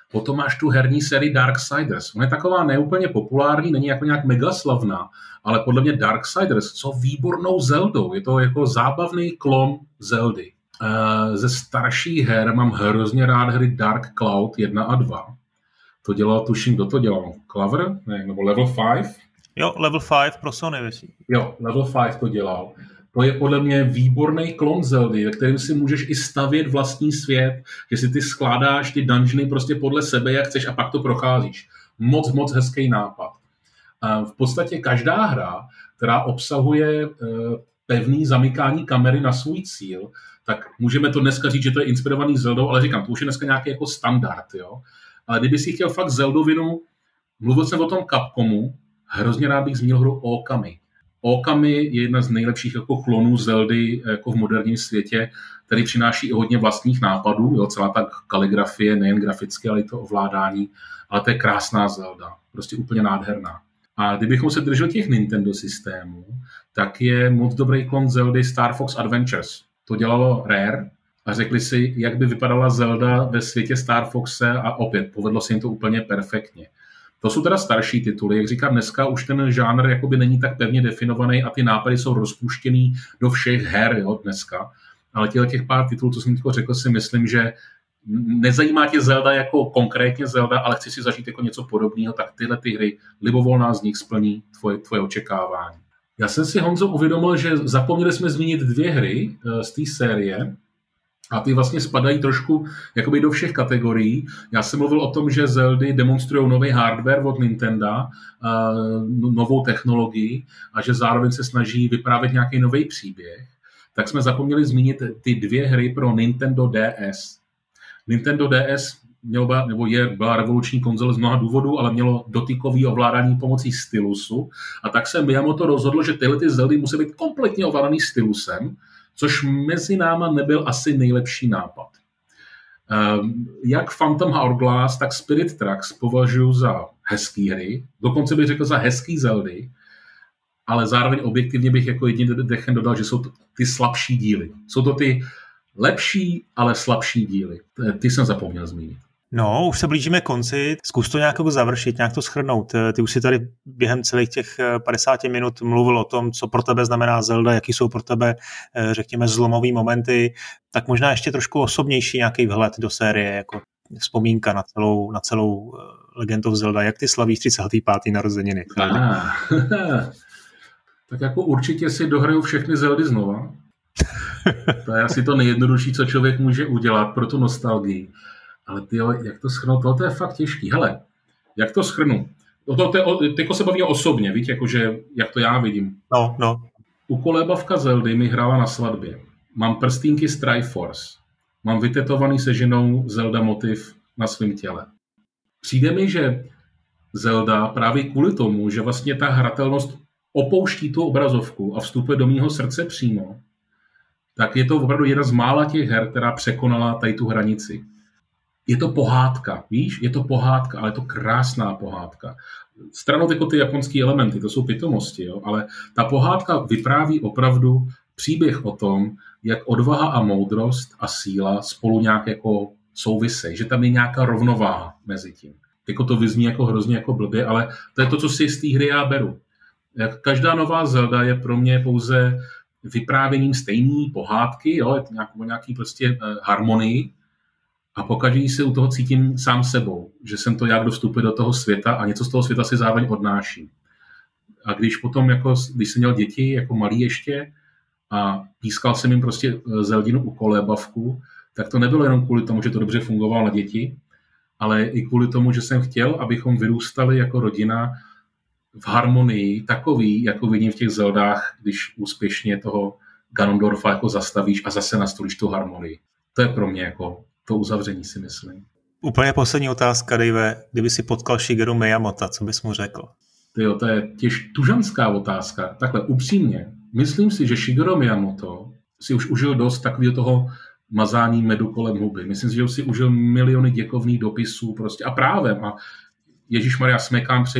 Potom máš tu herní sérii Darksiders. Ona je taková neúplně populární, není jako nějak mega slavná, ale podle mě Darksiders jsou výbornou Zeldou. Je to jako zábavný klon Zeldy. Ze starších her mám hrozně rád hry Dark Cloud 1 a 2. To dělal, tuším, kdo to dělal? Clover? Ne, nebo Level 5? Jo, Level 5 pro Sony, věcí. Jo, Level 5 to dělal. To je podle mě výborný klon Zeldy, ve kterém si můžeš i stavět vlastní svět, že si ty skládáš ty dungeony prostě podle sebe, jak chceš, a pak to procházíš. Moc hezký nápad. V podstatě každá hra, která obsahuje pevný zamykání kamery na svůj cíl, tak můžeme to dneska říct, že to je inspirovaný Zeldou, ale říkám, to už je dneska nějaký jako standard. Jo? Ale kdyby si chtěl fakt Zeldovinu, mluvil jsem o tom Capcomu, hrozně rád bych zmínil hru Okami. Okami je jedna z nejlepších jako klonů Zeldy jako v moderním světě, který přináší i hodně vlastních nápadů, jo? Celá ta kaligrafie, nejen graficky, ale i to ovládání, ale to je krásná Zelda, prostě úplně nádherná. A kdybychom se drželi těch Nintendo systémů, tak je moc dobrý klon Zeldy Star Fox Adventures. To dělalo Rare a řekli si, jak by vypadala Zelda ve světě Star Foxe, a opět povedlo se jim to úplně perfektně. To jsou teda starší tituly, jak říkám, dneska už ten žánr jakoby není tak pevně definovaný a ty nápady jsou rozpuštěný do všech her, jo, dneska. Ale těch pár titulů, co jsem teď řekl, si myslím, že nezajímá tě Zelda jako konkrétně Zelda, ale chci si zažít jako něco podobného, tak tyhle ty hry, libovolná z nich splní tvoje očekávání. Já jsem si, Honzo, uvědomil, že zapomněli jsme zmínit 2 hry z té série, a ty vlastně spadají trošku jakoby do všech kategorií. Já jsem mluvil o tom, že Zeldy demonstrují nový hardware od Nintendo, novou technologii, a že zároveň se snaží vyprávět nějaký nový příběh. Tak jsme zapomněli zmínit ty 2 hry pro Nintendo DS. Nintendo DS byla revoluční konzole z mnoha důvodů, ale mělo dotykový ovládání pomocí stylusu. A tak se Miyamoto rozhodl, že tyhle ty Zeldy musí být kompletně ovládaný stylusem, což mezi náma nebyl asi nejlepší nápad. Jak Phantom Hourglass, tak Spirit Tracks považuji za hezký hry, dokonce bych řekl za hezký Zeldy, ale zároveň objektivně bych jako jedním dechem dodal, že jsou to ty slabší díly. Jsou to ty lepší, ale slabší díly. Ty jsem zapomněl zmínit. No, už se blížíme konci. Zkus to nějak završit, nějak to shrnout. Ty už si tady během celých těch 50 minut mluvil o tom, co pro tebe znamená Zelda, jaký jsou pro tebe, řekněme, zlomový momenty. Tak možná ještě trošku osobnější nějaký vhled do série, jako vzpomínka na celou Legend of Zelda. Jak ty slavíš 35. narozeniny? Tak jako určitě si dohraju všechny Zeldy znova. To je asi to nejjednodušší, co člověk může udělat pro tu nostalgii. Ale tyjo, jak to shrnout, tohle je fakt těžký. Hele, jak to shrnu? Teďko se baví osobně, víš, jakože, jak to já vidím. No. Ukolébavka Zeldy mi hrála na svatbě. Mám prstínky z Triforce. Mám vytetovaný se ženou Zelda motiv na svém těle. Přijde mi, že Zelda právě kvůli tomu, že vlastně ta hratelnost opouští tu obrazovku a vstupuje do mýho srdce přímo, tak je to opravdu jedna z mála těch her, která překonala tady tu hranici. Je to pohádka, víš? Je to pohádka, ale je to krásná pohádka. Stranou jako ty japonské elementy, to jsou pitomosti, jo? Ale ta pohádka vypráví opravdu příběh o tom, jak odvaha a moudrost a síla spolu nějak jako souvisejí, že tam je nějaká rovnováha mezi tím. Jako to vyzní jako hrozně jako blbě, ale to je to, co si z té hry já beru. Jak každá nová Zelda je pro mě pouze vyprávěním stejné pohádky, jo? Je to nějaký prostě harmonii, a pokaždé se u toho cítím sám sebou, že jsem to já, kdo vstupuje do toho světa a něco z toho světa si zároveň odnáším. A když potom, když jsem měl děti, jako malý ještě, a pískal jsem jim prostě Zeldinu ukolébavku, tak to nebylo jenom kvůli tomu, že to dobře fungovalo na děti, ale i kvůli tomu, že jsem chtěl, abychom vyrůstali jako rodina v harmonii takový, jako vidím v těch Zeldách, když úspěšně toho Ganondorfa jako zastavíš a zase nastolíš tu harmonii. To je pro mě jako to uzavření, si myslím. Úplně poslední otázka, Dave. Kdyby si potkal Shigeru Miyamota, co bys mu řekl? Tyjo, to je tužanská otázka. Takhle, upřímně. Myslím si, že Shigeru Miyamoto si už užil dost takového toho mazání medu kolem huby. Myslím si, že už si užil miliony děkovných dopisů prostě a právem. A ježišmarja, smekám před ním.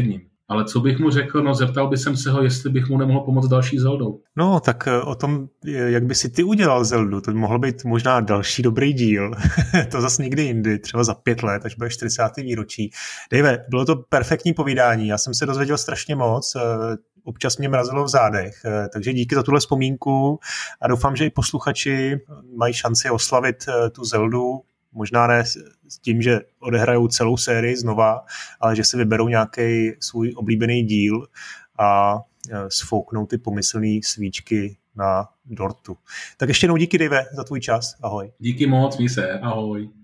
Ale co bych mu řekl, no zeptal bych se ho, jestli bych mu nemohl pomoct další Zeldou. No, tak o tom, jak by si ty udělal Zeldu, to mohl být možná další dobrý díl. To zas někdy jindy, třeba za 5 let, až bude 40. výročí. Dave, bylo to perfektní povídání, já jsem se dozvěděl strašně moc, občas mě mrazilo v zádech, takže díky za tuhle vzpomínku a doufám, že i posluchači mají šanci oslavit tu Zeldu, možná ne s tím, že odehrajou celou sérii znova, ale že si vyberou nějaký svůj oblíbený díl a sfouknou ty pomyslné svíčky na dortu. Tak ještě jednou díky, Dave, za tvůj čas. Ahoj. Díky moc, mi se. Ahoj.